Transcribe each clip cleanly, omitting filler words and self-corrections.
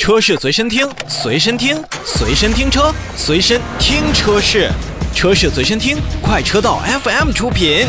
车市随身听，随身听，随身听车，随身听车市，车市随身听，快车道 FM 出品。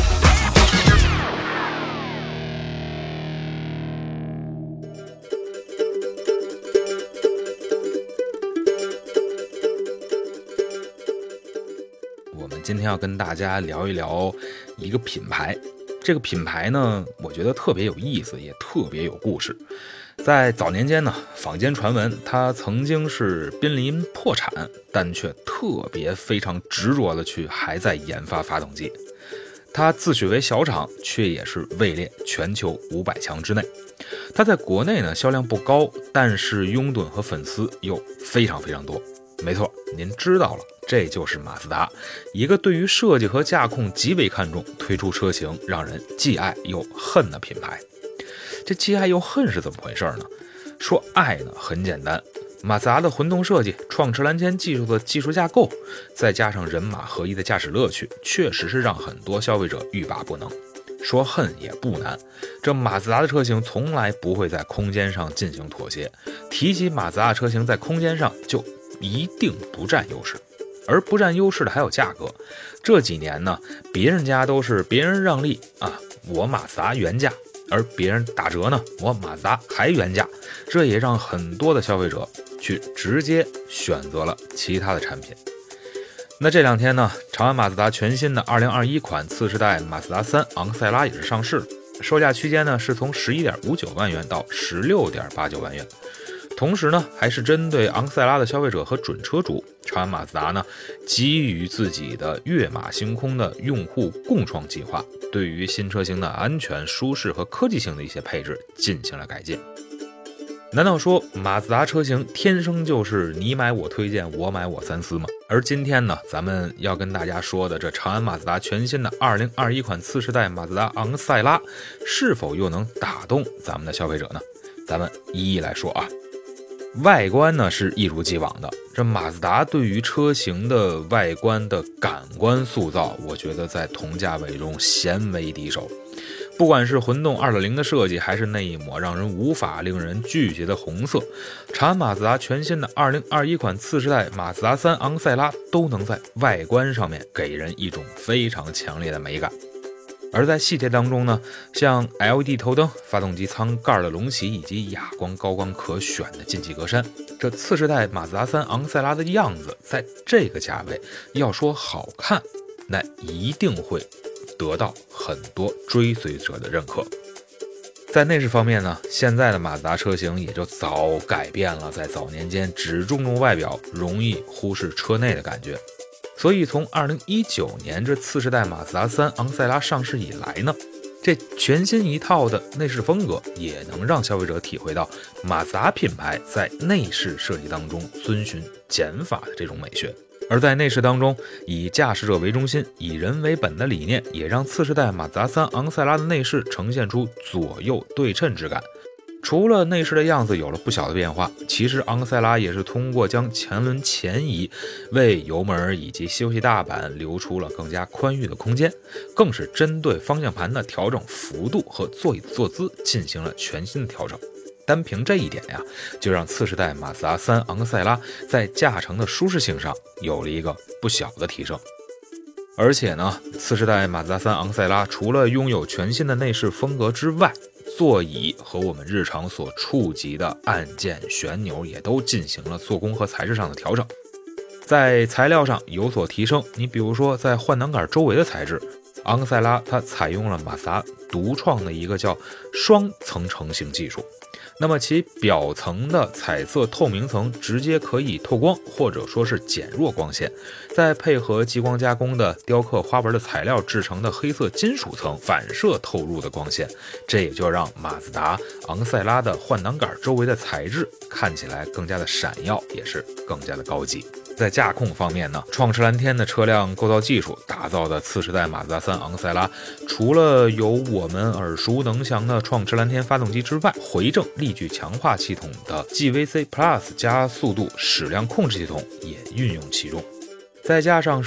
我们今天要跟大家聊一聊一个品牌，这个品牌呢，我觉得特别有意思，也特别有故事。在早年间呢，坊间传闻它曾经是濒临破产，但却特别非常执着的还在研发发动机。它自诩为小厂，却也是位列全球500强之内。它在国内呢销量不高，但是拥趸和粉丝又非常非常多。没错，您知道了，这就是马自达，一个对于设计和驾控极为看重，推出车型让人既爱又恨的品牌。这既爱又恨是怎么回事呢？说爱呢很简单，马自达的混动设计、创驰蓝天技术的技术架构，再加上人马合一的驾驶乐趣，确实是让很多消费者欲罢不能。说恨也不难，这马自达的车型从来不会在空间上进行妥协，提起马自达的车型在空间上就一定不占优势，而不占优势的还有价格。这几年呢，别人家都是别人让利啊，我马自达原价，而别人打折呢，我马自达还原价，这也让很多的消费者去直接选择了其他的产品。那这两天呢，长安马自达全新的2021款次世代马自达3昂克赛拉也是上市了，售价区间呢是从11.59万元到16.89万元。同时呢，还是针对昂克赛拉的消费者和准车主，长安马自达呢基于自己的跃马星空的用户共创计划，对于新车型的安全、舒适和科技性的一些配置进行了改进。难道说马自达车型天生就是你买我推荐，我买我三思吗？而今天呢，咱们要跟大家说的这长安马自达全新的2021款次世代马自达昂克赛拉，是否又能打动咱们的消费者呢？咱们一一来说啊。外观呢是一如既往的，这马自达对于车型的外观的感官塑造，我觉得在同价位中鲜为敌手。不管是混动 2.0 的设计，还是那一抹让人无法令人拒绝的红色，长安马自达全新的2021款次世代马自达3昂克赛拉都能在外观上面给人一种非常强烈的美感。而在细节当中呢，像 LED 头灯、发动机舱盖的隆起以及哑光高光可选的进气格栅，这次世代马自达3昂克赛拉的样子在这个价位要说好看，那一定会得到很多追随者的认可。在内饰方面呢，现在的马自达车型也就早改变了在早年间只注重外表，容易忽视车内的感觉。所以从2019年这次世代马自达3昂克赛拉上市以来呢，这全新一套的内饰风格也能让消费者体会到马自达品牌在内饰设计当中遵循减法的这种美学。而在内饰当中，以驾驶者为中心、以人为本的理念，也让次世代马自达3昂克赛拉的内饰呈现出左右对称之感。除了内饰的样子有了不小的变化，其实昂克赛拉也是通过将前轮前移，为油门以及休息大板留出了更加宽裕的空间，更是针对方向盘的调整幅度和座椅的坐姿进行了全新的调整。单凭这一点呀，就让次世代马自达3昂克赛拉在驾乘的舒适性上有了一个不小的提升。而且呢，次世代马自达3昂克赛拉除了拥有全新的内饰风格之外，座椅和我们日常所触及的按键、旋钮也都进行了做工和材质上的调整。在材料上有所提升，你比如说在换挡杆周围的材质，昂克赛拉它采用了马自达独创的一个叫双层成型技术。那么其表层的彩色透明层直接可以透光，或者说是减弱光线，再配合激光加工的雕刻花纹的材料制成的黑色金属层反射透入的光线，这也就让马自达昂克赛拉的换挡杆周围的材质看起来更加的闪耀，也是更加的高级。在驾控方面呢，创驰蓝天的车辆构造技术打造的次世代马自达3昂克赛拉，除了有我们耳熟能详的创驰蓝天发动机之外，回正力矩强化系统的 GVC Plus 加速度矢量控制系统也运用其中。再加上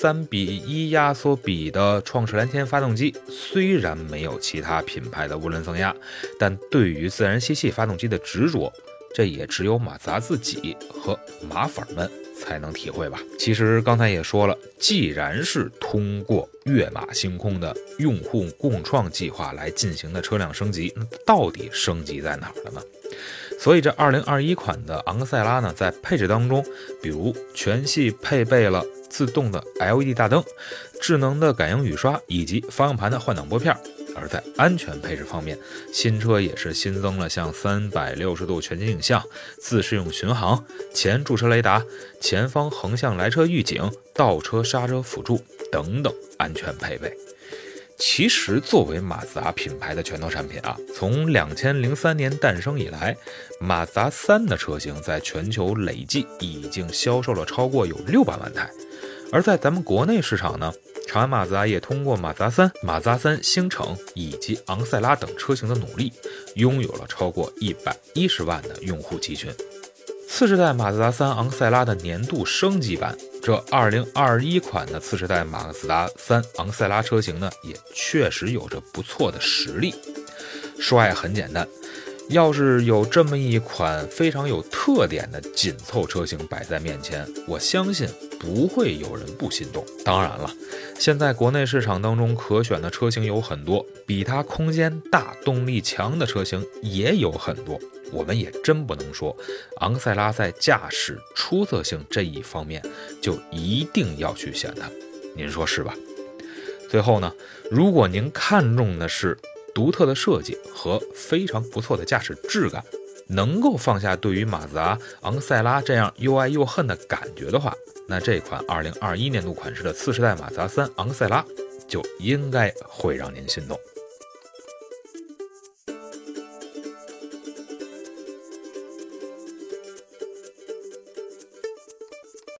13:1压缩比的创驰蓝天发动机，虽然没有其他品牌的涡轮增压，但对于自然吸气发动机的执着， 这也只有马自达自己和马粉们才能体会吧。其实刚才也说了，既然是通过跃马星空的用户共创计划来进行的车辆升级，那到底升级在哪儿了呢？所以这2021款的昂克赛拉呢，在配置当中，比如全系配备了自动的 LED 大灯、智能的感应雨刷以及方向盘的换挡拨片。而在安全配置方面，新车也是新增了像360度全景影像、自适应巡航、前驻车雷达、前方横向来车预警、倒车刹车辅助等等安全配备。其实作为马自达品牌的拳头产品啊，从2003年诞生以来，马自达3的车型在全球累计已经销售了超过有600万台。而在咱们国内市场呢，长安马自达也通过马自达3、马自达3星城以及昂克赛拉等车型的努力，拥有了超过110万的用户集群。次世代马自达3昂克赛拉的年度升级版，这2021款的次世代马自达3昂克赛拉车型呢，也确实有着不错的实力。说来很简单，要是有这么一款非常有特点的紧凑车型摆在面前，我相信不会有人不心动。当然了，现在国内市场当中可选的车型有很多，比它空间大、动力强的车型也有很多。我们也真不能说昂克赛拉在驾驶出色性这一方面就一定要去选它，您说是吧？最后呢，如果您看重的是独特的设计和非常不错的驾驶质感，能够放下对于马自达昂克赛拉这样又爱又恨的感觉的话，那这款2021年度款式的次世代马自达3昂克赛拉就应该会让您心动。